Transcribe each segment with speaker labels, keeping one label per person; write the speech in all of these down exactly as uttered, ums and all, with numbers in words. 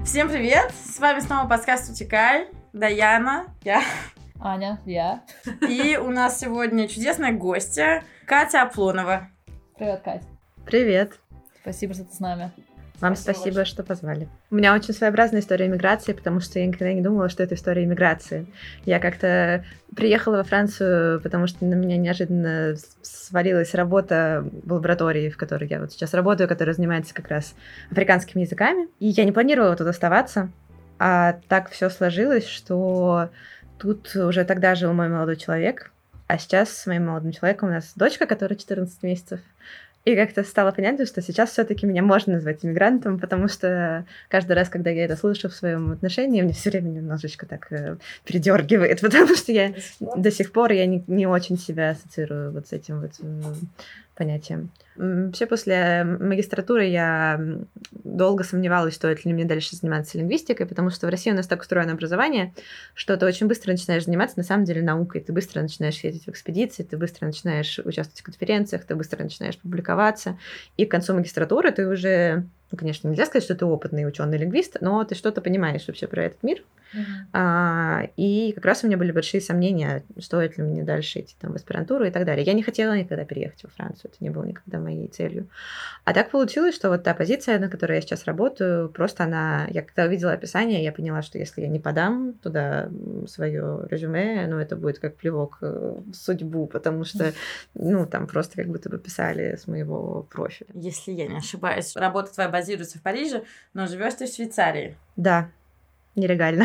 Speaker 1: Всем привет! С вами снова подкаст «Утекай». Даяна, я.
Speaker 2: Аня, я.
Speaker 1: И у нас сегодня чудесная гостья Катя Аплонова.
Speaker 2: Привет, Кать.
Speaker 3: Привет.
Speaker 2: Спасибо, что ты с нами.
Speaker 3: Вам спасибо, спасибо что позвали. У меня очень своеобразная история иммиграции, потому что я никогда не думала, что это история иммиграции. Я как-то приехала во Францию, потому что на меня неожиданно свалилась работа в лаборатории, в которой я вот сейчас работаю, которая занимается как раз африканскими языками. И я не планировала тут оставаться, а так все сложилось, что тут уже тогда жил мой молодой человек, а сейчас с моим молодым человеком у нас дочка, которая четырнадцать месяцев. И как-то стало понятно, что сейчас все-таки меня можно назвать иммигрантом, потому что каждый раз, когда я это слышу в своем отношении, мне все время немножечко так э, передергивает, потому что я до сих пор я не, не очень себя ассоциирую вот с этим вот э, понятием. Вообще после магистратуры я долго сомневалась, стоит ли мне дальше заниматься лингвистикой, потому что в России у нас так устроено образование, что ты очень быстро начинаешь заниматься на самом деле наукой, ты быстро начинаешь ездить в экспедиции, ты быстро начинаешь участвовать в конференциях, ты быстро начинаешь публиковаться, и к концу магистратуры ты уже, ну, конечно, нельзя сказать, что ты опытный ученый-лингвист, но ты что-то понимаешь вообще про этот мир. Uh-huh. А, и как раз у меня были большие сомнения, стоит ли мне дальше идти там, в аспирантуру и так далее. Я не хотела никогда переехать во Францию, это не было никогда моей целью. А так получилось, что вот та позиция, на которой я сейчас работаю, просто она... Я когда увидела описание, я поняла, что если я не подам туда свое резюме, ну, это будет как плевок в судьбу, потому что, ну, там просто как будто бы писали с моего профиля.
Speaker 1: Если я не ошибаюсь, работа твоя базируется в Париже, но живешь ты в Швейцарии.
Speaker 3: Да. Нелегально.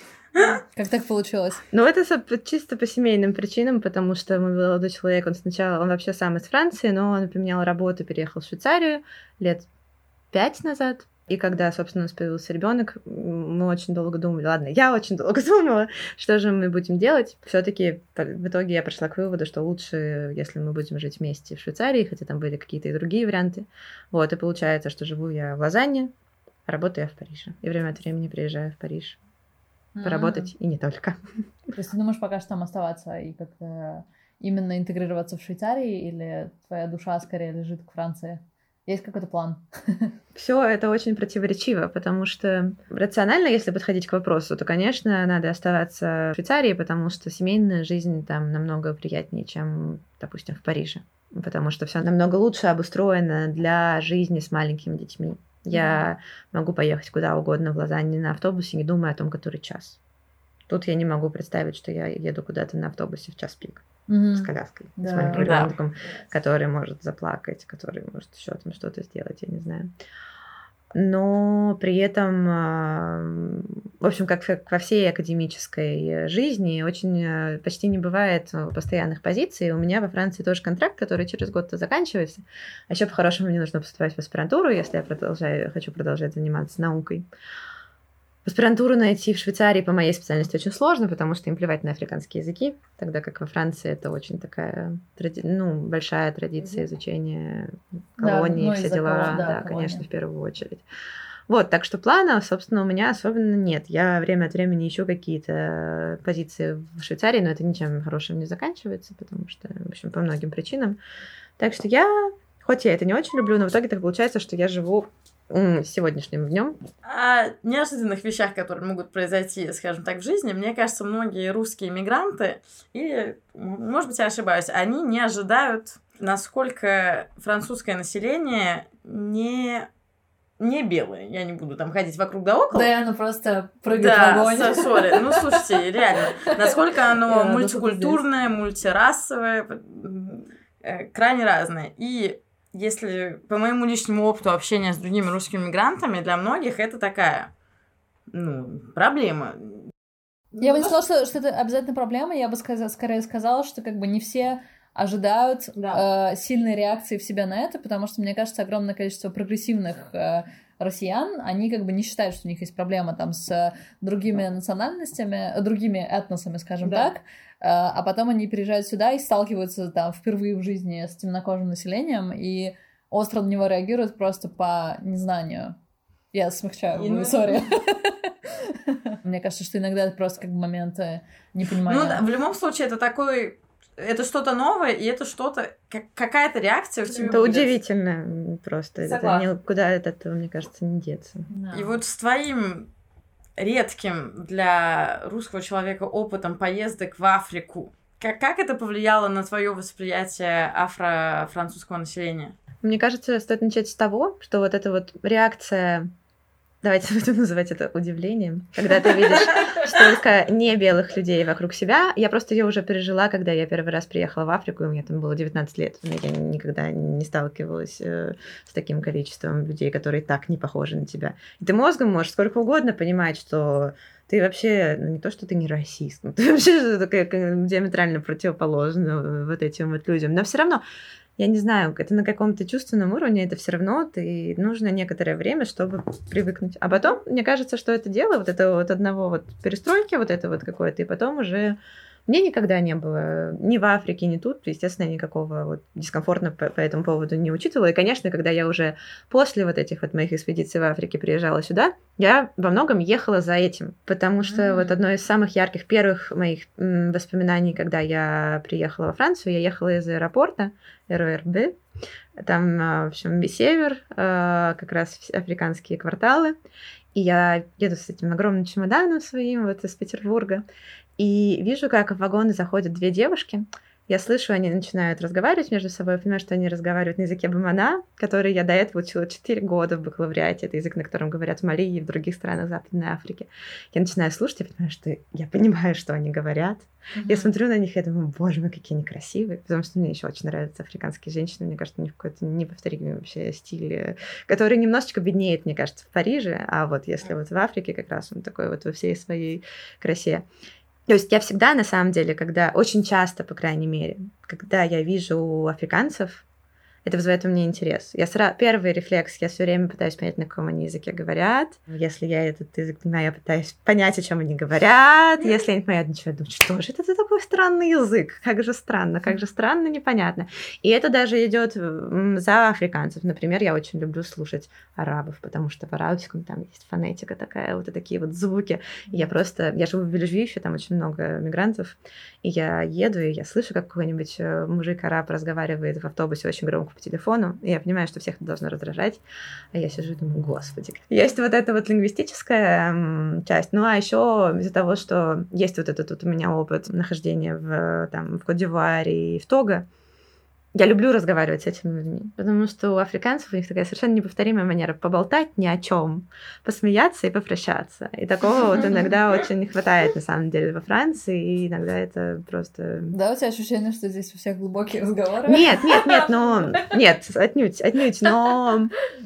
Speaker 2: Как так получилось?
Speaker 3: Ну, это чисто по семейным причинам, потому что мой молодой человек, он сначала, он вообще сам из Франции, но он поменял работу, переехал в Швейцарию лет пять назад. И когда, собственно, у нас появился ребенок, мы очень долго думали, ладно, я очень долго думала, что же мы будем делать. Все-таки в итоге я пришла к выводу, что лучше, если мы будем жить вместе в Швейцарии, хотя там были какие-то и другие варианты. Вот, и получается, что живу я в Лозанне, работаю я в Париже. И время от времени приезжаю в Париж mm-hmm. поработать, и не только.
Speaker 2: То есть ты думаешь пока что там оставаться и как-то именно интегрироваться в Швейцарии, или твоя душа скорее лежит к Франции? Есть какой-то план?
Speaker 3: Все это очень противоречиво, потому что рационально, если подходить к вопросу, то, конечно, надо оставаться в Швейцарии, потому что семейная жизнь там намного приятнее, чем, допустим, в Париже. Потому что все намного лучше обустроено для жизни с маленькими детьми. Я mm-hmm. могу поехать куда угодно в Лозанне на автобусе, не думая о том, который час. Тут я не могу представить, что я еду куда-то на автобусе в час пик mm-hmm. с коляской, да. с маленьким да. ребенком, который может заплакать, который может еще там что-то сделать, я не знаю. Но при этом, в общем, как во всей академической жизни, очень почти не бывает постоянных позиций. У меня во Франции тоже контракт, который через год-то заканчивается. А еще по-хорошему мне нужно поступать в аспирантуру, если я продолжаю, хочу продолжать заниматься наукой. Аспирантуру найти в Швейцарии по моей специальности очень сложно, потому что им плевать на африканские языки, тогда как во Франции это очень такая тради... ну, большая традиция изучения колонии, да, все дела, колон, да, да конечно, в первую очередь. Вот, так что плана, собственно, у меня особенно нет. Я время от времени ищу какие-то позиции в Швейцарии, но это ничем хорошим не заканчивается, потому что, в общем, по многим причинам. Так что я, хоть я это не очень люблю, но в итоге так получается, что я живу сегодняшним днем.
Speaker 1: О неожиданных вещах, которые могут произойти, скажем так, в жизни, мне кажется, многие русские мигранты, или, может быть, я ошибаюсь, они не ожидают, насколько французское население не... не белые. Я не буду там ходить вокруг да около.
Speaker 2: Да, оно просто прыгает да, в огонь.
Speaker 1: Да, сори. Ну, слушайте, реально. Насколько оно мультикультурное, мультирасовое, крайне разное. И если по моему личному опыту общения с другими русскими мигрантами, для многих это такая, ну, проблема.
Speaker 2: Я бы не сказала, что, что это обязательно проблема. Я бы сказ- скорее сказала, что как бы не все ожидают да. э, сильной реакции в себя на это, потому что, мне кажется, огромное количество прогрессивных э, россиян, они как бы не считают, что у них есть проблема там с другими национальностями, другими этносами, скажем да. так, э, а потом они приезжают сюда и сталкиваются там впервые в жизни с темнокожим населением и остро на него реагируют просто по незнанию. Я смягчаю, сори. Мне кажется, что иногда это просто как бы моменты непонимания.
Speaker 1: Ну да, в любом случае это такой это что-то новое, и это что-то, как, какая-то реакция в тебе
Speaker 3: Это
Speaker 1: будет.
Speaker 3: удивительно просто. Это никуда от этого, мне кажется, не деться.
Speaker 1: Да. И вот с твоим редким для русского человека опытом поездок в Африку, как, как это повлияло на твое восприятие афро-французского населения?
Speaker 3: Мне кажется, стоит начать с того, что вот эта вот реакция, давайте будем называть это удивлением, когда ты видишь столько не белых людей вокруг себя. Я просто ее уже пережила, когда я первый раз приехала в Африку, и мне там было девятнадцать лет. Я никогда не сталкивалась с таким количеством людей, которые так не похожи на тебя. И ты мозгом можешь сколько угодно понимать, что ты вообще, ну не то, что ты не расист, но ты вообще такая диаметрально противоположна вот этим вот людям. Но все равно я не знаю, это на каком-то чувственном уровне, это все равно ты нужно некоторое время, чтобы привыкнуть. А потом, мне кажется, что это дело вот этого вот одного вот перестройки, вот это вот какое-то, и потом уже мне никогда не было ни в Африке, ни тут, естественно, никакого вот дискомфорта по, по этому поводу не учитывала. И, конечно, когда я уже после вот этих вот моих экспедиций в Африке приезжала сюда, я во многом ехала за этим, потому что mm-hmm. вот одно из самых ярких первых моих м, воспоминаний, когда я приехала во Францию, я ехала из аэропорта эр о эр бэ, там, в общем, север, как раз африканские кварталы, и я еду с этим огромным чемоданом своим вот из Петербурга, и вижу, как в вагоны заходят две девушки. Я слышу, они начинают разговаривать между собой. Я понимаю, что они разговаривают на языке бамана, который я до этого учила четыре года в бакалавриате. Это язык, на котором говорят в Мали и в других странах Западной Африки. Я начинаю слушать, я понимаю, что я понимаю, что они говорят. Mm-hmm. Я смотрю на них, и я думаю, боже мой, какие они красивые. Потому что мне еще очень нравятся африканские женщины. Мне кажется, у них какой-то неповторимый вообще стиль, который немножечко беднеет, мне кажется, в Париже. А вот если вот в Африке как раз он такой вот во всей своей красе. То есть я всегда, на самом деле, когда, очень часто, по крайней мере, когда я вижу африканцев, это вызывает у меня интерес. Я сразу, первый рефлекс, я все время пытаюсь понять, на каком они языке говорят. Если я этот язык понимаю, я пытаюсь понять, о чем они говорят. Если я не понимаю, ничего, я думаю, что же это за такой странный язык? Как же странно, как же странно, непонятно. И это даже идет за африканцев. Например, я очень люблю слушать арабов, потому что в арабском там есть фонетика такая, вот и такие вот звуки. И я просто, я живу в Бельжвифе, там очень много мигрантов, и я еду, и я слышу, как какой-нибудь мужик-араб разговаривает в автобусе очень громко по телефону, и я понимаю, что всех это должно раздражать, а я сижу и думаю, господи. Есть вот эта вот лингвистическая м, часть, ну а еще из-за того, что есть вот этот вот у меня опыт нахождения в, там, в Кот-д'Ивуаре и в Того, я люблю разговаривать с этими людьми, потому что у африканцев у них такая совершенно неповторимая манера поболтать ни о чем, посмеяться и попрощаться. И такого вот иногда очень не хватает, на самом деле, во Франции, и иногда это просто...
Speaker 2: Да, у тебя ощущение, что здесь у всех глубокие разговоры?
Speaker 3: Нет, нет, нет, но... Нет, отнюдь, отнюдь, но...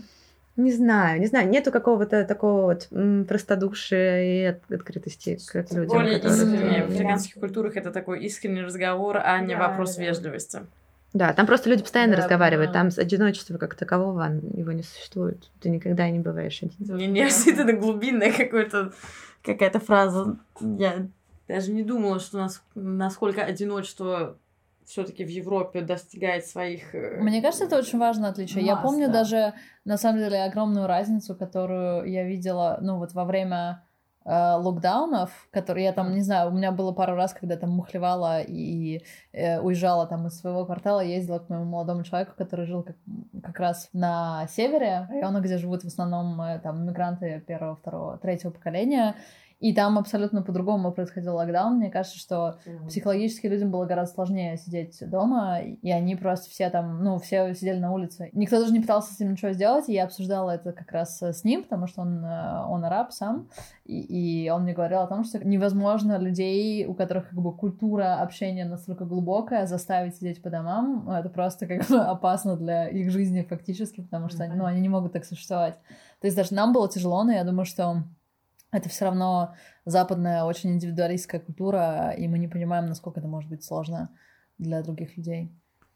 Speaker 3: Не знаю, не знаю, нету какого-то такого вот простодушия и от- открытости к людям.
Speaker 1: Более
Speaker 3: которые-
Speaker 1: искренне. В африканских культурах это такой искренний разговор, а не
Speaker 2: Да,
Speaker 1: вопрос
Speaker 2: да.
Speaker 1: вежливости.
Speaker 3: Да, там просто люди постоянно
Speaker 2: Да,
Speaker 3: разговаривают,
Speaker 2: понимаю.
Speaker 3: там одиночества как такового, его не существует. Ты никогда не бываешь один.
Speaker 1: Не неожиданно глубинная какой-то, какая-то фраза. Я даже не думала, что нас, насколько одиночество все-таки в Европе достигает своих... э,
Speaker 2: Мне кажется, это очень важное отличие. Я
Speaker 1: масс,
Speaker 2: помню
Speaker 1: да.
Speaker 2: даже, на самом деле, огромную разницу, которую я видела, ну, вот во время э, локдаунов, которые я там, не знаю, у меня было пару раз, когда там мухлевала и э, уезжала там из своего квартала, ездила к моему молодому человеку, который жил как, как раз на севере, района, где живут в основном э, там мигранты первого, второго, третьего поколения. И там абсолютно по-другому происходил локдаун. Мне кажется, что психологически людям было гораздо сложнее сидеть дома, и они просто все там, ну, все сидели на улице. Никто даже не пытался с этим ничего сделать, и я обсуждала это как раз с ним, потому что он, он араб сам, и, и он мне говорил о том, что невозможно людей, у которых как бы культура общения настолько глубокая, заставить сидеть по домам. Это просто как бы опасно для их жизни фактически, потому что ну, они не могут так существовать. То есть даже нам было тяжело, но я думаю, что это все равно западная, очень индивидуалистская культура, и мы не понимаем, насколько это может быть сложно для других людей.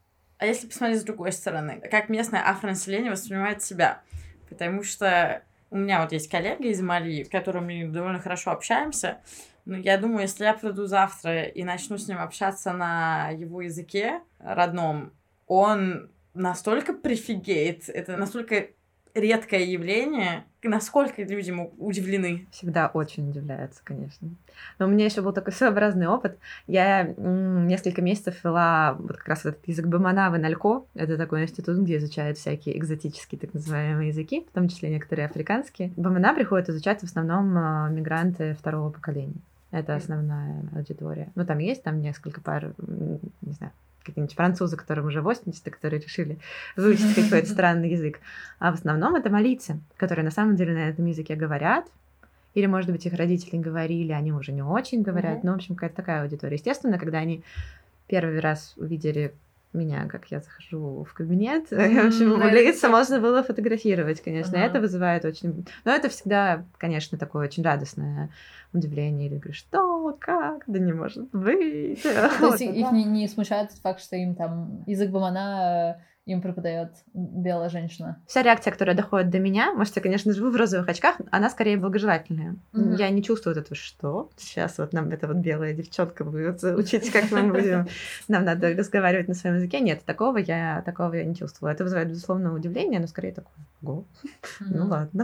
Speaker 1: А если посмотреть с другой стороны, как местное афронаселение воспринимает себя? Потому что у меня вот есть коллега из Мали, с которым мы довольно хорошо общаемся, но я думаю, если я приду завтра и начну с ним общаться на его языке родном, он настолько прифигеет, это настолько редкое явление. Насколько люди удивлены?
Speaker 3: Всегда очень удивляются, конечно. Но у меня еще был такой своеобразный опыт. Я м- несколько месяцев вела вот как раз этот язык Бамана в Иналько. Это такой институт, где изучают всякие экзотические так называемые языки, в том числе некоторые африканские. Бамана приходят изучать в основном мигранты второго поколения. Это основная аудитория. Ну, там есть там несколько пар, не знаю, какие-нибудь французы, которым уже восемьдесят, которые решили выучить какой-то странный язык. А в основном это малийцы, которые на самом деле на этом языке говорят. Или, может быть, их родители говорили, они уже не очень говорят. Mm-hmm. Ну, в общем, какая-то такая аудитория. Естественно, когда они первый раз увидели меня, как я захожу в кабинет, mm-hmm. в общем, лица можно было фотографировать, конечно. Uh-huh. Это вызывает очень... Но это всегда, конечно, такое очень радостное удивление. Или говорю, что, как, да не может быть.
Speaker 2: То есть их не смущает тот факт, что им там язык Бамана им преподает белая женщина?
Speaker 3: Вся реакция, которая доходит до меня, может, я, конечно, живу в розовых очках, она скорее благожелательная. Mm-hmm. Я не чувствую вот этого, что сейчас вот нам эта вот белая девчонка будет учить, как мы будем, нам надо разговаривать на своем языке. Нет, такого я, такого я не чувствую. Это вызывает, безусловно, удивление, но скорее такое, ого, ну ладно.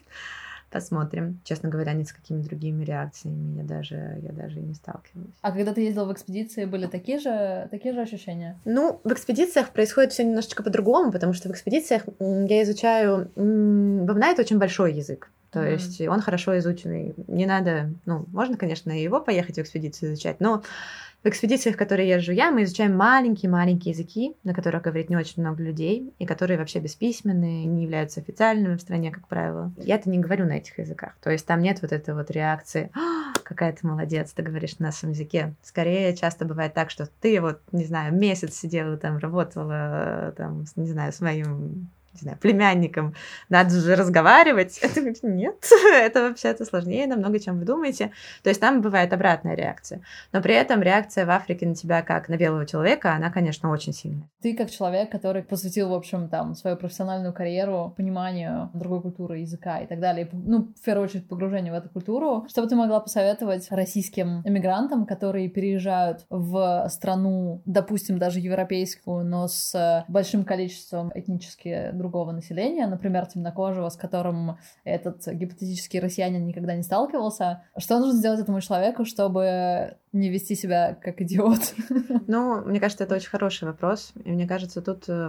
Speaker 3: Посмотрим. Честно говоря, ни с какими другими реакциями я даже, я даже и не сталкивалась.
Speaker 2: А когда ты ездила в экспедиции, были такие же, такие же ощущения?
Speaker 3: Ну, в экспедициях происходит все немножечко по-другому, потому что в экспедициях я изучаю... Бамана — это очень большой язык. То mm-hmm. есть он хорошо изученный. Не надо... Ну, можно, конечно, его поехать в экспедицию изучать, но в экспедициях, в которые езжу я, мы изучаем маленькие-маленькие языки, на которых говорит не очень много людей, и которые вообще бесписьменные, не являются официальными в стране, как правило. Я-то не говорю на этих языках. То есть там нет вот этой вот реакции «какая ты молодец, ты говоришь на нашем языке». Скорее, часто бывает так, что ты вот, не знаю, месяц сидела там, работала, там, не знаю, с моим... не знаю, племянником, надо же разговаривать. Это нет, это вообще-то сложнее намного, чем вы думаете. То есть там бывает обратная реакция. Но при этом реакция в Африке на тебя, как на белого человека, она, конечно, очень сильная.
Speaker 2: Ты как человек, который посвятил, в общем, там, свою профессиональную карьеру пониманию другой культуры, языка и так далее, ну, в первую очередь, погружению в эту культуру, что бы ты могла посоветовать российским эмигрантам, которые переезжают в страну, допустим, даже европейскую, но с большим количеством этнически другого населения, например, темнокожего, с которым этот гипотетический россиянин никогда не сталкивался. Что нужно сделать этому человеку, чтобы не вести себя как идиот?
Speaker 3: Ну, мне кажется, это очень хороший вопрос. И мне кажется, тут э,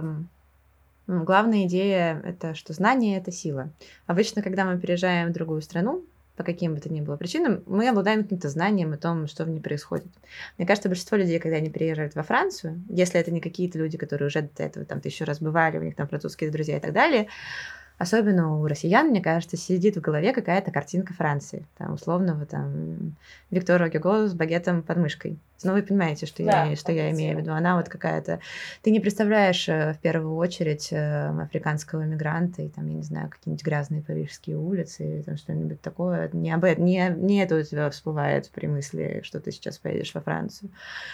Speaker 3: главная идея — это что знание — это сила. Обычно, когда мы переезжаем в другую страну, по каким бы то ни было причинам, мы обладаем каким-то знанием о том, что в ней происходит. Мне кажется, большинство людей, когда они приезжают во Францию, если это не какие-то люди, которые уже до этого там тысячу раз бывали, у них там французские друзья и так далее, особенно у россиян, мне кажется, сидит в голове какая-то картинка Франции. Там, условного там Виктора Гюго с багетом под мышкой. Ну, вы понимаете, что, да, я, что я имею в виду. Она вот какая-то... Ты не представляешь в первую очередь африканского мигранта и там, я не знаю, какие-нибудь грязные парижские улицы или там что-нибудь такое. Не, об этом, не, не это у тебя всплывает при мысли, что ты сейчас поедешь во Францию.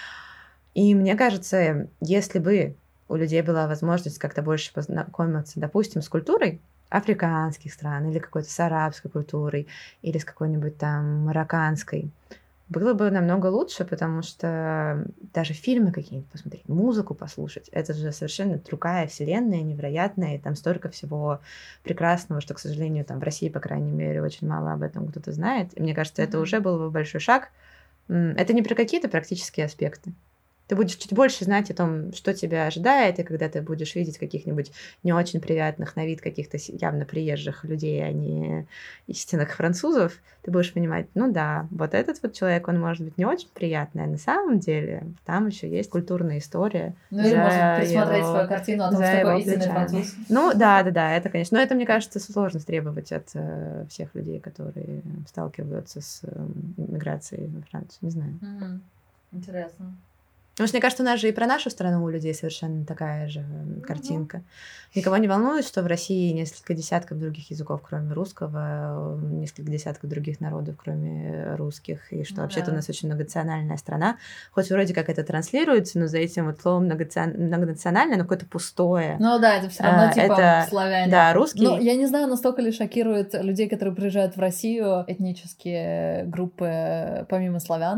Speaker 3: И мне кажется, если бы у людей была возможность как-то больше познакомиться, допустим, с культурой африканских стран, или какой-то с арабской культурой, или с какой-нибудь там марокканской, было бы намного лучше, потому что даже фильмы какие-нибудь посмотреть, музыку послушать, это же совершенно другая вселенная, невероятная, и там столько всего прекрасного, что, к сожалению, там в России, по крайней мере, очень мало об этом кто-то знает. И мне кажется, mm-hmm. это уже был бы большой шаг. Это не про какие-то практические аспекты. Ты будешь чуть больше знать о том, что тебя ожидает, и когда ты будешь видеть каких-нибудь не очень приятных на вид каких-то явно приезжих людей, а не истинных французов, ты будешь понимать, ну да, вот этот вот человек, он может быть не очень приятный, а на самом деле там еще есть культурная история.
Speaker 2: Ну или можно пересмотреть свою картину о том, что такое истинный француз.
Speaker 3: Ну да, да, да, это, конечно. Но это, мне кажется, сложно требовать от э, всех людей, которые сталкиваются с э, миграцией во Францию. Не знаю.
Speaker 2: Mm-hmm. Интересно.
Speaker 3: Потому что, мне кажется, у нас же и про нашу страну у людей совершенно такая же картинка. Mm-hmm. Никого не волнует, что в России несколько десятков других языков, кроме русского, несколько десятков других народов, кроме русских, и что mm-hmm. вообще-то у нас очень многонациональная страна. Хоть вроде как это транслируется, но за этим вот словом многонациональное, но какое-то пустое.
Speaker 2: Ну да, это все равно а, типа
Speaker 3: это,
Speaker 2: славяне.
Speaker 3: Да, русский.
Speaker 2: Ну, я не знаю, настолько ли шокирует людей, которые приезжают в Россию, этнические группы помимо славян.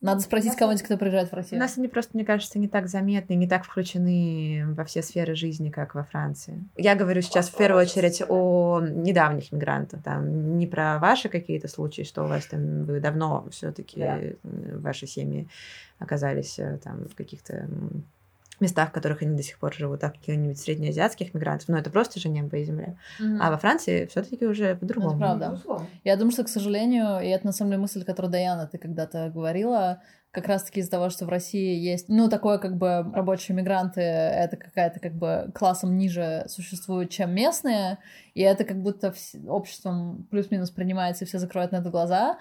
Speaker 2: Надо спросить кого-нибудь, кто приезжает в Россию.
Speaker 3: У нас они просто, мне кажется, не так заметны, не так включены во все сферы жизни, как во Франции. Я говорю сейчас в первую очередь о недавних мигрантах, там, не про ваши какие-то случаи, что у вас там, вы давно все-таки да. ваши семьи оказались там в каких-то местах, в которых они до сих пор живут, так каких-нибудь среднеазиатских мигрантов, но это просто же небо и земля. Mm-hmm. А во Франции все-таки уже по-другому.
Speaker 2: Это правда. Mm-hmm. Я думаю, что, к сожалению, и это на самом деле мысль, которую, Даяна, ты когда-то говорила, как раз-таки из-за того, что в России есть, ну, такое как бы рабочие мигранты, это какая-то как бы классом ниже существует, чем местные, и это как будто обществом плюс-минус принимается, и все закроют на это глаза,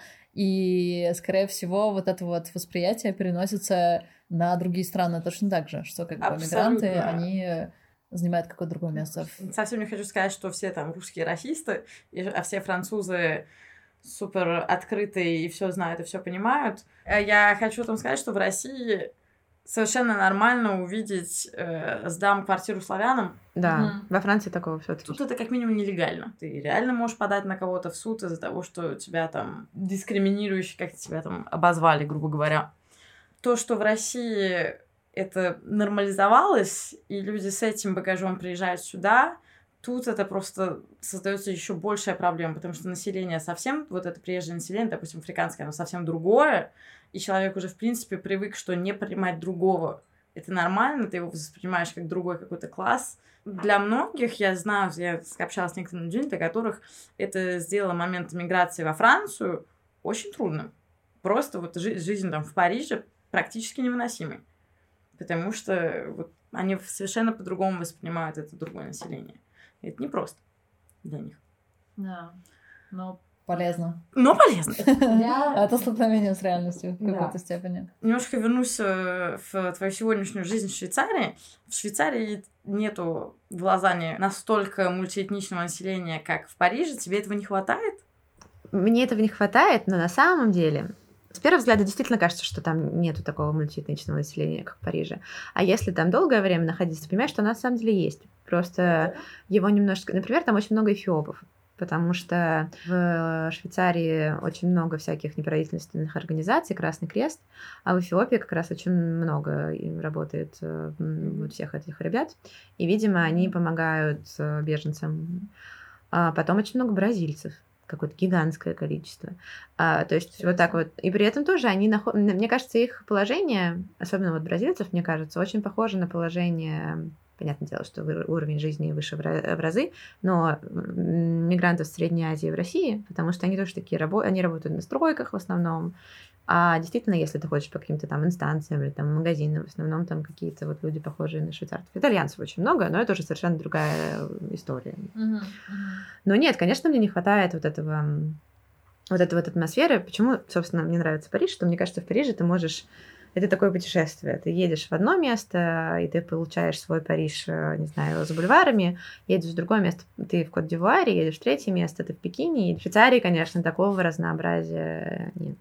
Speaker 2: и, скорее всего, вот это вот восприятие переносится на другие страны точно так же, что как бы мигранты, они занимают какое-то другое место.
Speaker 1: Совсем не хочу сказать, что все там русские расисты, а все французы супер открытые и все знают, и все понимают. Я хочу там сказать, что в России совершенно нормально увидеть э, сдам квартиру славянам.
Speaker 3: Да, mm-hmm. во Франции такого все-таки.
Speaker 1: Тут это как минимум нелегально. Ты реально можешь подать на кого-то в суд из-за того, что тебя там дискриминирующие, как тебя там обозвали, грубо говоря. То, что в России это нормализовалось, и люди с этим багажом приезжают сюда, тут это просто создается еще большая проблема, потому что население совсем, вот это приезжее население, допустим, африканское, оно совсем другое, и человек уже, в принципе, привык, что не принимать другого. Это нормально, ты его воспринимаешь как другой какой-то класс. Для многих, я знаю, я общалась с некоторыми людьми, для которых это сделало момент миграции во Францию очень трудным. Просто вот жи- жизнь там в Париже практически невыносимой. Потому что вот, они совершенно по-другому воспринимают это другое население. И это непросто для них.
Speaker 2: Да, но полезно.
Speaker 1: Но полезно.
Speaker 2: Это столкновение с реальностью в какой-то степени.
Speaker 1: Немножко вернусь в твою сегодняшнюю жизнь в Швейцарии. В Швейцарии нету в Лозанне настолько мультиэтничного населения, как в Париже. Тебе этого не хватает?
Speaker 3: Мне этого не хватает, но на самом деле... С первого взгляда действительно кажется, что там нету такого мультиэтничного населения, как в Париже. А если там долгое время находиться, ты понимаешь, что оно на самом деле есть. Просто его немножко... Например, там очень много эфиопов, потому что в Швейцарии очень много всяких неправительственных организаций, Красный Крест, а в Эфиопии как раз очень много работает вот всех этих ребят. И, видимо, они помогают беженцам. А потом очень много бразильцев. Какое-то гигантское количество. А, то есть Интересно. Вот так вот. И при этом тоже они находят... Мне кажется, их положение, особенно вот бразильцев, мне кажется, очень похоже на положение... Понятное дело, что уровень жизни выше в разы, но мигрантов в Средней Азии и в России, потому что они тоже такие работают, они работают на стройках в основном. А действительно, если ты ходишь по каким-то там инстанциям или там магазинам, в основном там какие-то вот люди, похожие на швейцарцев. Итальянцев очень много, но это уже совершенно другая история. Uh-huh, uh-huh. Но нет, конечно, мне не хватает вот этого, вот этой вот атмосферы. Почему, собственно, мне нравится Париж, что мне кажется, в Париже ты можешь... Это такое путешествие. Ты едешь в одно место, и ты получаешь свой Париж, не знаю, за бульварами, едешь в другое место, ты в Кот-д'Ивуаре, едешь в третье место, ты в Пекине. И в Швейцарии, конечно, такого разнообразия нет.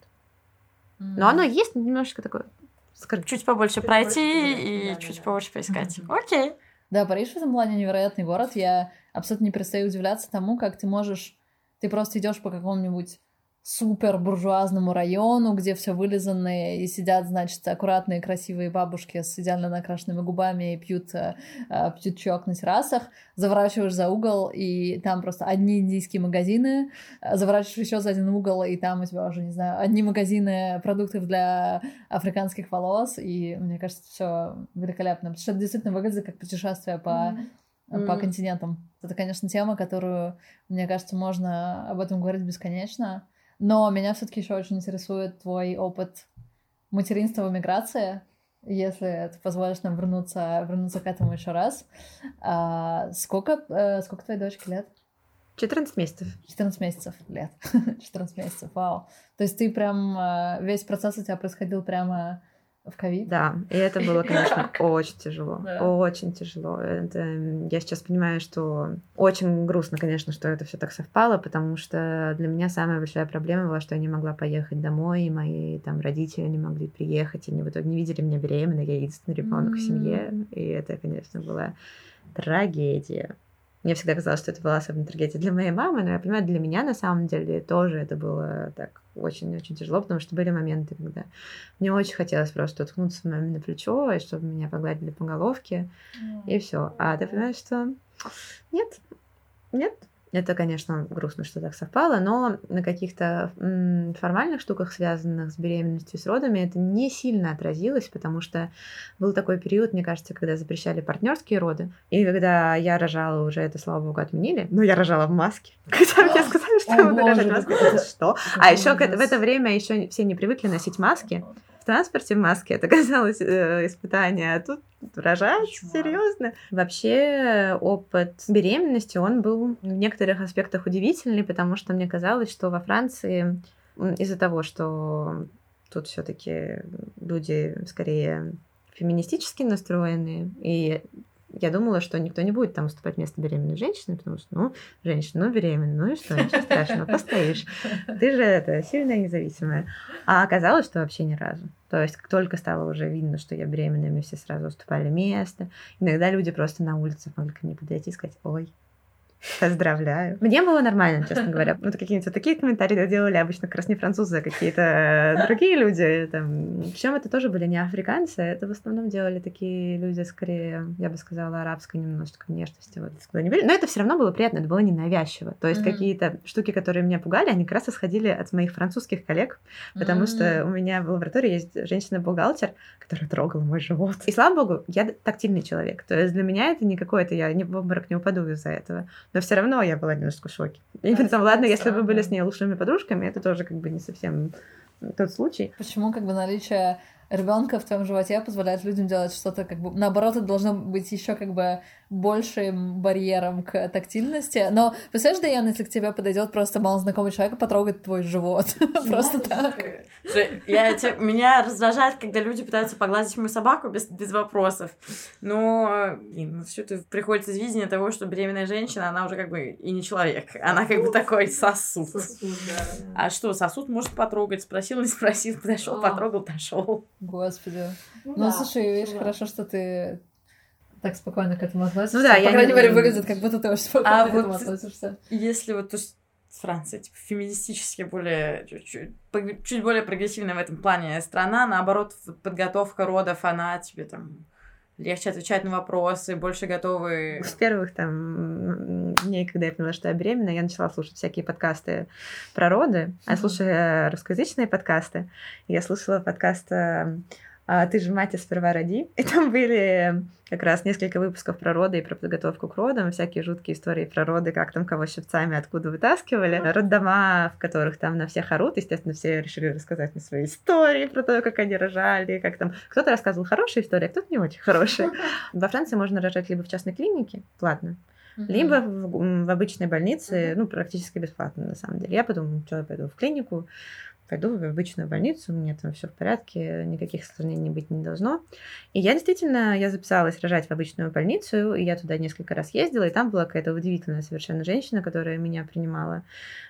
Speaker 3: Но оно есть немножко такое...
Speaker 1: Чуть побольше чуть пройти побольше, и да, чуть да, побольше поискать. Mm-hmm. Окей.
Speaker 2: Да, Париж в этом плане невероятный город. Я абсолютно не перестаю удивляться тому, как ты можешь... Ты просто идешь по какому-нибудь супер буржуазному району, где все вылизано, и сидят, значит, аккуратные, красивые бабушки с идеально накрашенными губами и пьют, пьют чок на террасах, заворачиваешь за угол, и там просто одни индийские магазины, заворачиваешь еще за один угол, и там у тебя уже, не знаю, одни магазины продуктов для африканских волос, и мне кажется, все великолепно, потому что это действительно выглядит как путешествие по... Mm-hmm. по континентам. Это, конечно, тема, которую, мне кажется, можно об этом говорить бесконечно. Но меня все-таки еще очень интересует твой опыт материнства в эмиграции, если ты позволишь нам вернуться, вернуться к этому еще раз. А, сколько, а, сколько твоей дочке лет?
Speaker 3: четырнадцать месяцев.
Speaker 2: четырнадцать месяцев лет. четырнадцать месяцев, вау. То есть ты прям, весь процесс у тебя происходил прямо в ковид?
Speaker 3: Да, и это было, конечно, очень тяжело. Да. Очень тяжело. Это, я сейчас понимаю, что очень грустно, конечно, что это все так совпало, потому что для меня самая большая проблема была, что я не могла поехать домой, и мои там родители не могли приехать, и они в итоге не видели меня беременной, я единственный ребенок mm-hmm. в семье, и это, конечно, была трагедия. Мне всегда казалось, что это была особенная трагедия для моей мамы, но я понимаю, для меня на самом деле тоже это было так очень-очень тяжело, потому что были моменты, когда мне очень хотелось просто уткнуться маме на плечо, и чтобы меня погладили по головке, mm. и все. А ты понимаешь, что нет, нет. Это, конечно, грустно, что так совпало, но на каких-то м, формальных штуках, связанных с беременностью и с родами, это не сильно отразилось, потому что был такой период, мне кажется, когда запрещали партнерские роды, и когда я рожала, уже это, слава богу, отменили, но я рожала в маске. Когда мне сказали, что я буду рожать в маске, это что? А еще в это время еще все не привыкли носить маски. В транспорте в маске это казалось э, испытание, а тут рожать, серьезно. Вообще опыт беременности, он был в некоторых аспектах удивительный, потому что мне казалось, что во Франции из-за того, что тут все-таки люди скорее феминистически настроенные, и я думала, что никто не будет там уступать место беременной женщине, потому что, ну, женщина, ну, беременна, ну и что, ничего страшного, постоишь. Ты же это, сильная и независимая. А оказалось, что вообще ни разу. То есть, как только стало уже видно, что я беременная, мне все сразу уступали место. Иногда люди просто на улице могли ко мне подойти и сказать: ой, поздравляю. Мне было нормально, честно говоря. Ну, какие-нибудь такие комментарии делали обычно как раз не французы, а какие-то другие люди. Там. Причем это тоже были не африканцы, это в основном делали такие люди, скорее, я бы сказала, арабской немножечко внешности. Вот, куда они были. Но это все равно было приятно, это было ненавязчиво. То есть mm-hmm. какие-то штуки, которые меня пугали, они как раз исходили от моих французских коллег, потому mm-hmm. что у меня в лаборатории есть женщина-бухгалтер, которая трогала мой живот. И слава богу, я тактильный человек. То есть для меня это не какое-то, я не в обморок не упаду из-за этого. Но все равно я была немножко в шоке. И да, там, ладно, если бы были с ней лучшими подружками, это тоже как бы не совсем тот случай.
Speaker 2: Почему как бы наличие ребенка в твоем животе позволяет людям делать что-то как бы... Наоборот, это должно быть еще как бы большим барьером к тактильности. Но представляешь, Даяна, если к тебе подойдет просто малознакомый человек и потрогает твой живот? Просто так.
Speaker 1: Меня раздражает, когда люди пытаются погладить мою собаку без вопросов. Но все это приходит из видения того, что беременная женщина, она уже как бы и не человек. Она как бы такой сосуд. А что, сосуд может потрогать? Спросил, не спросил, подошел, потрогал, пошел.
Speaker 2: Господи. Ну, ну да, слушай, видишь, да. Хорошо, что ты так спокойно к этому относишься.
Speaker 3: Ну да,
Speaker 2: по
Speaker 3: я
Speaker 2: крайней
Speaker 3: не...
Speaker 2: мере, выглядит, как будто ты очень спокойно
Speaker 1: а
Speaker 2: к
Speaker 1: вот
Speaker 2: этому относишься.
Speaker 1: Если вот, то есть, Франция, типа, феминистически более, чуть, чуть более прогрессивная в этом плане страна, наоборот, подготовка родов, она тебе там легче отвечать на вопросы, больше готовы...
Speaker 3: С первых там дней, когда я поняла, что я беременна, я начала слушать всякие подкасты про роды. Я слушаю русскоязычные подкасты. Я слушала подкаст «Ты же мать, и сперва роди». И там были как раз несколько выпусков про роды и про подготовку к родам, всякие жуткие истории про роды, как там кого щипцами откуда вытаскивали. Роддома, в которых там на всех орут. Естественно, все решили рассказать мне свои истории про то, как они рожали, как там... Кто-то рассказывал хорошие истории, а кто-то не очень хорошие. Во Франции можно рожать либо в частной клинике, платно, mm-hmm. либо в, в обычной больнице, mm-hmm. ну, практически бесплатно, на самом деле. Я подумала, что я пойду в клинику, пойду в обычную больницу, у меня там все в порядке, никаких осложнений быть не должно. И я действительно, я записалась рожать в обычную больницу, и я туда несколько раз ездила, и там была какая-то удивительная совершенно женщина, которая меня принимала.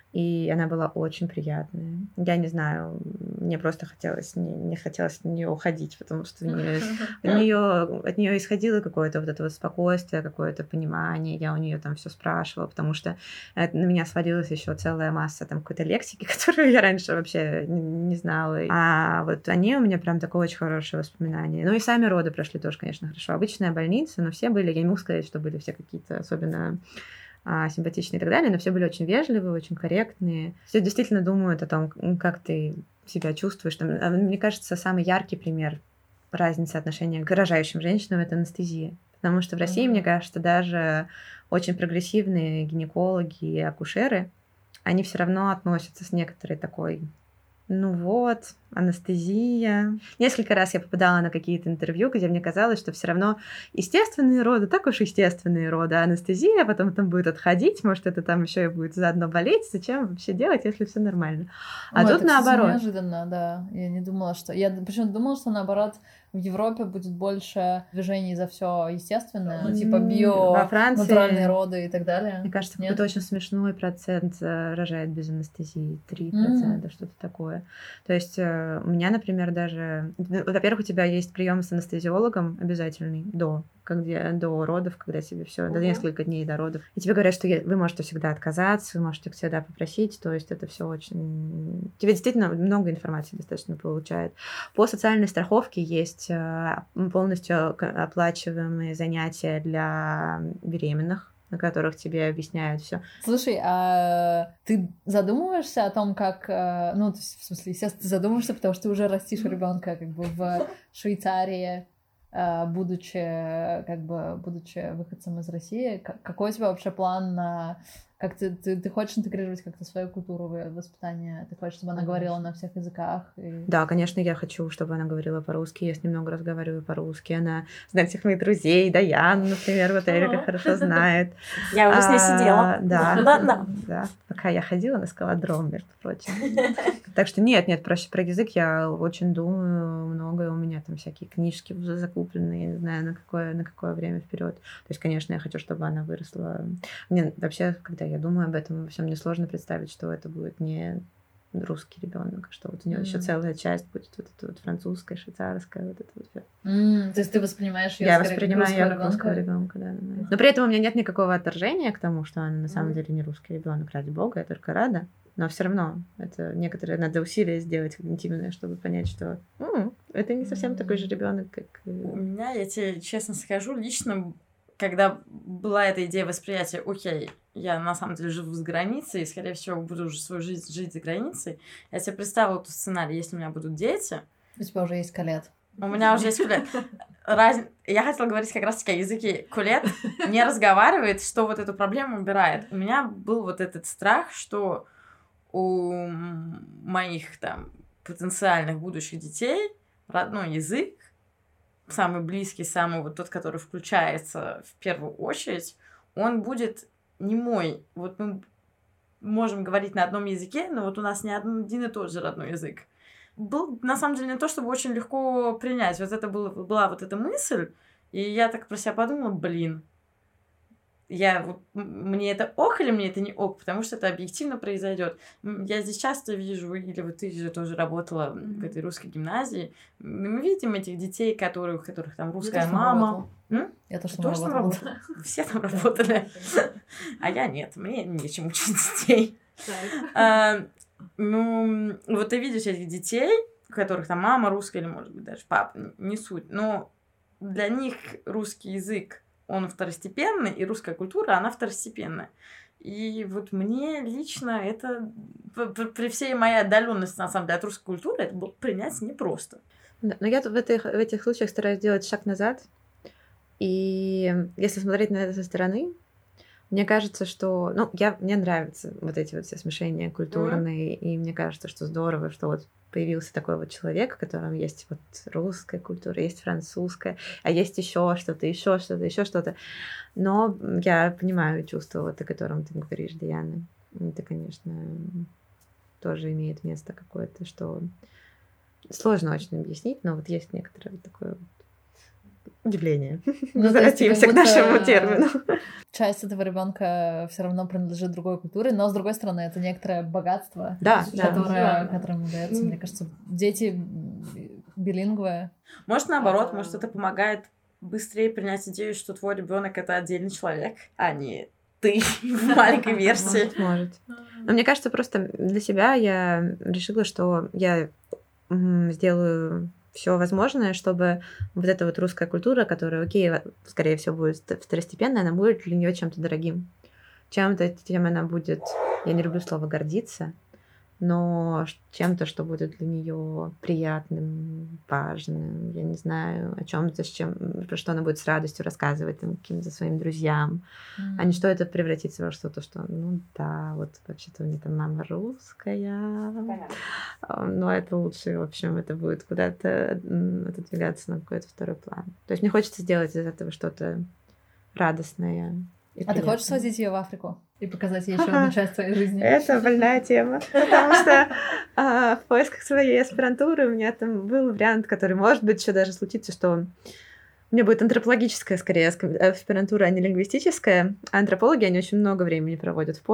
Speaker 3: И она была очень приятная. Я не знаю, мне просто хотелось, не, не хотелось от нее уходить, потому что от нее, от нее исходило какое-то вот это вот спокойствие, какое-то понимание. Я у нее там все спрашивала, потому что это, на меня свалилась еще целая масса там какой-то лексики, которую я раньше вообще не, не знала. А вот они у меня прям такое очень хорошее воспоминание. Ну и сами роды прошли тоже, конечно, хорошо. Обычная больница, но все были, я не могу сказать, что были все какие-то особенно симпатичные и так далее, но все были очень вежливые, очень корректные. Все действительно думают о том, как ты себя чувствуешь. Там, мне кажется, самый яркий пример разницы отношения к рожающим женщинам — это анестезия. Потому что в России, mm-hmm. мне кажется, даже очень прогрессивные гинекологи и акушеры, они все равно относятся с некоторой такой... Ну вот, анестезия. Несколько раз я попадала на какие-то интервью, где мне казалось, что все равно естественные роды, так уж естественные роды, а анестезия потом там будет отходить, может, это там еще и будет заодно болеть. Зачем вообще делать, если все нормально? А
Speaker 2: Ой,
Speaker 3: тут
Speaker 2: это,
Speaker 3: наоборот.
Speaker 2: Кстати, неожиданно, да. Я не думала, что... Я почему-то думала, что наоборот в Европе будет больше движений за все естественное, ну, типа био,
Speaker 3: Во Франции...
Speaker 2: натуральные роды и так далее.
Speaker 3: Мне кажется, Нет? какой-то очень смешной процент рожает без анестезии. три процента, mm-hmm. что-то такое. То есть у меня, например, даже... Во-первых, у тебя есть прием с анестезиологом обязательный до немножко, где до родов, когда тебе все, до несколько дней до родов. И тебе говорят, что вы можете всегда отказаться, вы можете всегда попросить, то есть это все очень... Тебе действительно много информации достаточно получает. По социальной страховке есть полностью оплачиваемые занятия для беременных, на которых тебе объясняют все.
Speaker 2: Слушай, а ты задумываешься о том, как, ну, то есть, в смысле, естественно, ты задумываешься, потому что ты уже растишь ребенка как бы в Швейцарии, будучи, как бы, будучи выходцем из России. Какой у тебя вообще план на... Как ты, ты, ты хочешь интегрировать как-то свою культуру в воспитание? Ты хочешь, чтобы она говорила на всех языках? И...
Speaker 3: Да, конечно, я хочу, чтобы она говорила по-русски. Я с ней много разговариваю по-русски. Она знает всех моих друзей. Даян, например, вот Эрика хорошо знает.
Speaker 1: Я уже с ней сидела.
Speaker 3: Да, да, да. Пока я ходила на скалодром, между прочим. Так что нет, нет, проще про язык я очень думаю многое. У меня там всякие книжки уже закуплены, я не знаю, на какое, на какое время вперед. То есть, конечно, я хочу, чтобы она выросла. Мне вообще, когда я думаю об этом, всем мне сложно представить, что это будет не русский ребенок, что вот у него mm. еще целая часть будет вот эта вот французская, швейцарская, вот это вот все.
Speaker 2: Mm, то есть ты воспринимаешь ее
Speaker 3: Я воспринимаю ее как русского ребенка, да, да, да. Но при этом у меня нет никакого отторжения к тому, что она на самом mm. деле не русский ребенок, ради бога, я только рада. Но все равно это некоторые надо усилия сделать когнитивные, чтобы понять, что м-м, это не совсем mm. такой же ребенок, как
Speaker 1: у меня, я тебе честно скажу, лично, когда была эта идея восприятия, окей, я на самом деле живу за границей, и, скорее всего, буду уже свою жизнь жить за границей, я себе представила тот сценарий, если у меня будут дети.
Speaker 2: У тебя уже есть колет.
Speaker 1: У меня уже есть колет. Раз... Я хотела говорить как раз-таки о языке. Колет не разговаривает, что вот эту проблему убирает. У меня был вот этот страх, что у моих там потенциальных будущих детей родной язык, самый близкий, самый вот тот, который включается в первую очередь, он будет не мой. Вот мы можем говорить на одном языке, но вот у нас не один и тот же родной язык. Был, на самом деле, не то, чтобы очень легко принять. Вот это было, была вот эта мысль, и я так про себя подумала, блин, я, вот, мне это ок или мне это не ок, потому что это объективно произойдет. Я здесь часто вижу, или вот ты же тоже работала mm-hmm. в этой русской гимназии, мы видим этих детей, которые, у которых там русская
Speaker 2: я
Speaker 1: мама.
Speaker 2: Я тоже
Speaker 1: там работала. работала. Все там работали. А я нет, мне нечем учить детей. Ну, вот ты видишь этих детей, у которых там мама русская, или, может быть, даже папа, не суть, но для них русский язык, он второстепенный, и русская культура, она второстепенная. И вот мне лично это, при всей моей отдаленности, на самом деле, от русской культуры, это было принять непросто.
Speaker 3: Да, но я в этих, в этих случаях стараюсь делать шаг назад. И если смотреть на это со стороны, мне кажется, что... Ну, я, мне нравятся вот эти вот все смешения культурные, mm-hmm. и мне кажется, что здорово, что вот появился такой вот человек, в котором есть вот русская культура, есть французская, а есть еще что-то, еще что-то, еще что-то. Но я понимаю чувство, вот, о котором ты говоришь, Диана. Это, конечно, тоже имеет место какое-то, что сложно очень объяснить, но вот есть некоторое такое удивление. Возвратимся к нашему термину.
Speaker 2: Часть этого ребенка все равно принадлежит другой культуре, но с другой стороны, это некоторое богатство,
Speaker 3: да,
Speaker 2: которое,
Speaker 3: да.
Speaker 2: которое ему дается. Мне кажется, дети билингвы.
Speaker 1: Может, наоборот, это... может, это помогает быстрее принять идею, что твой ребенок это отдельный человек, а не ты в маленькой версии.
Speaker 3: Может, может. Но мне кажется, просто для себя я решила, что я сделаю все возможное, чтобы вот эта вот русская культура, которая, окей, скорее всего, будет второстепенная, она будет для нее чем-то дорогим. Чем-то, чем она будет, я не люблю слово гордиться, но чем-то, что будет для нее приятным, важным, я не знаю, о чем-то, с чем, про что она будет с радостью рассказывать там, каким-то своим друзьям, mm. а не что это превратится во что-то, что, ну да, вот вообще-то у меня там мама русская, Понятно. Но это лучше, в общем, это будет куда-то отодвигаться на какой-то второй план. То есть мне хочется сделать из этого что-то радостное.
Speaker 2: А ты хочешь свозить ее в Африку и показать ей еще одну часть своей жизни?
Speaker 3: Это больная тема, потому что а, в поисках своей аспирантуры у меня там был вариант, который, может быть, еще даже случится, что у меня будет антропологическая, скорее, аспирантура, а не лингвистическая. А антропологи, они очень много времени проводят в поле,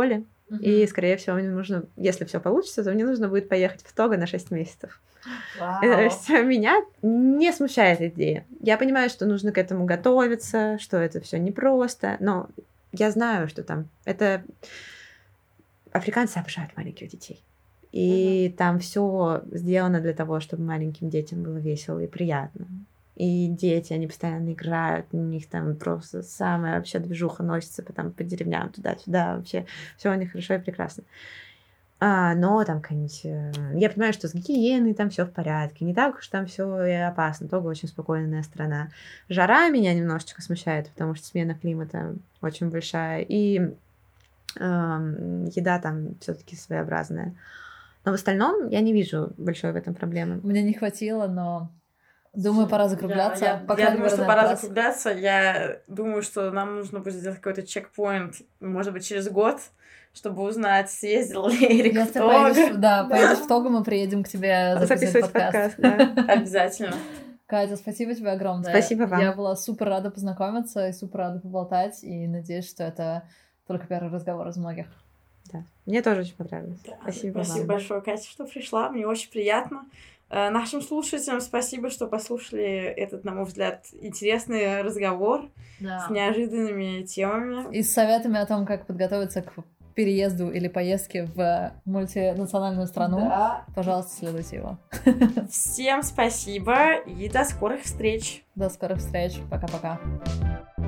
Speaker 3: Uh-huh. И, скорее всего, мне нужно, если все получится, то мне нужно будет поехать в Того на шесть месяцев.
Speaker 1: Wow.
Speaker 3: То есть меня не смущает идея. Я понимаю, что нужно к этому готовиться, что это все непросто, но я знаю, что там это... Африканцы обожают маленьких детей. И uh-huh. там все сделано для того, чтобы маленьким детям было весело и приятно. И дети, они постоянно играют, у них там просто самая вообще движуха носится по, там, по деревням туда-сюда, вообще все у них хорошо и прекрасно. А, но там какая-нибудь... Я понимаю, что с гигиеной там все в порядке, не так уж там все и опасно, Того очень спокойная страна. Жара меня немножечко смущает, потому что смена климата очень большая, и э, еда там все-таки своеобразная. Но в остальном я не вижу большой в этом проблемы.
Speaker 2: Мне не хватило, но... Думаю, пора закругляться.
Speaker 1: Я, я, я думаю, что пора раз. закругляться. Я думаю, что нам нужно будет сделать какой-то чекпоинт, может быть, через год, чтобы узнать, съездил ли Эрик
Speaker 2: Если
Speaker 1: в Того.
Speaker 2: Поедешь, да, поедешь в Того, мы приедем к тебе записывать подкаст.
Speaker 1: подкаст да. Обязательно.
Speaker 2: Катя, спасибо тебе огромное.
Speaker 3: Спасибо вам.
Speaker 2: Я была супер рада познакомиться и супер рада поболтать, и надеюсь, что это только первый разговор из многих.
Speaker 3: Да, мне тоже очень понравилось.
Speaker 1: Да.
Speaker 3: Спасибо
Speaker 1: Спасибо
Speaker 3: вам.
Speaker 1: большое, Катя, что пришла. Мне очень приятно. Нашим слушателям спасибо, что послушали этот, на мой взгляд, интересный разговор да. с неожиданными темами.
Speaker 2: И с советами о том, как подготовиться к переезду или поездке в мультинациональную страну. Да. Пожалуйста, следуйте его.
Speaker 1: Всем спасибо и до скорых встреч.
Speaker 2: До скорых встреч. Пока-пока.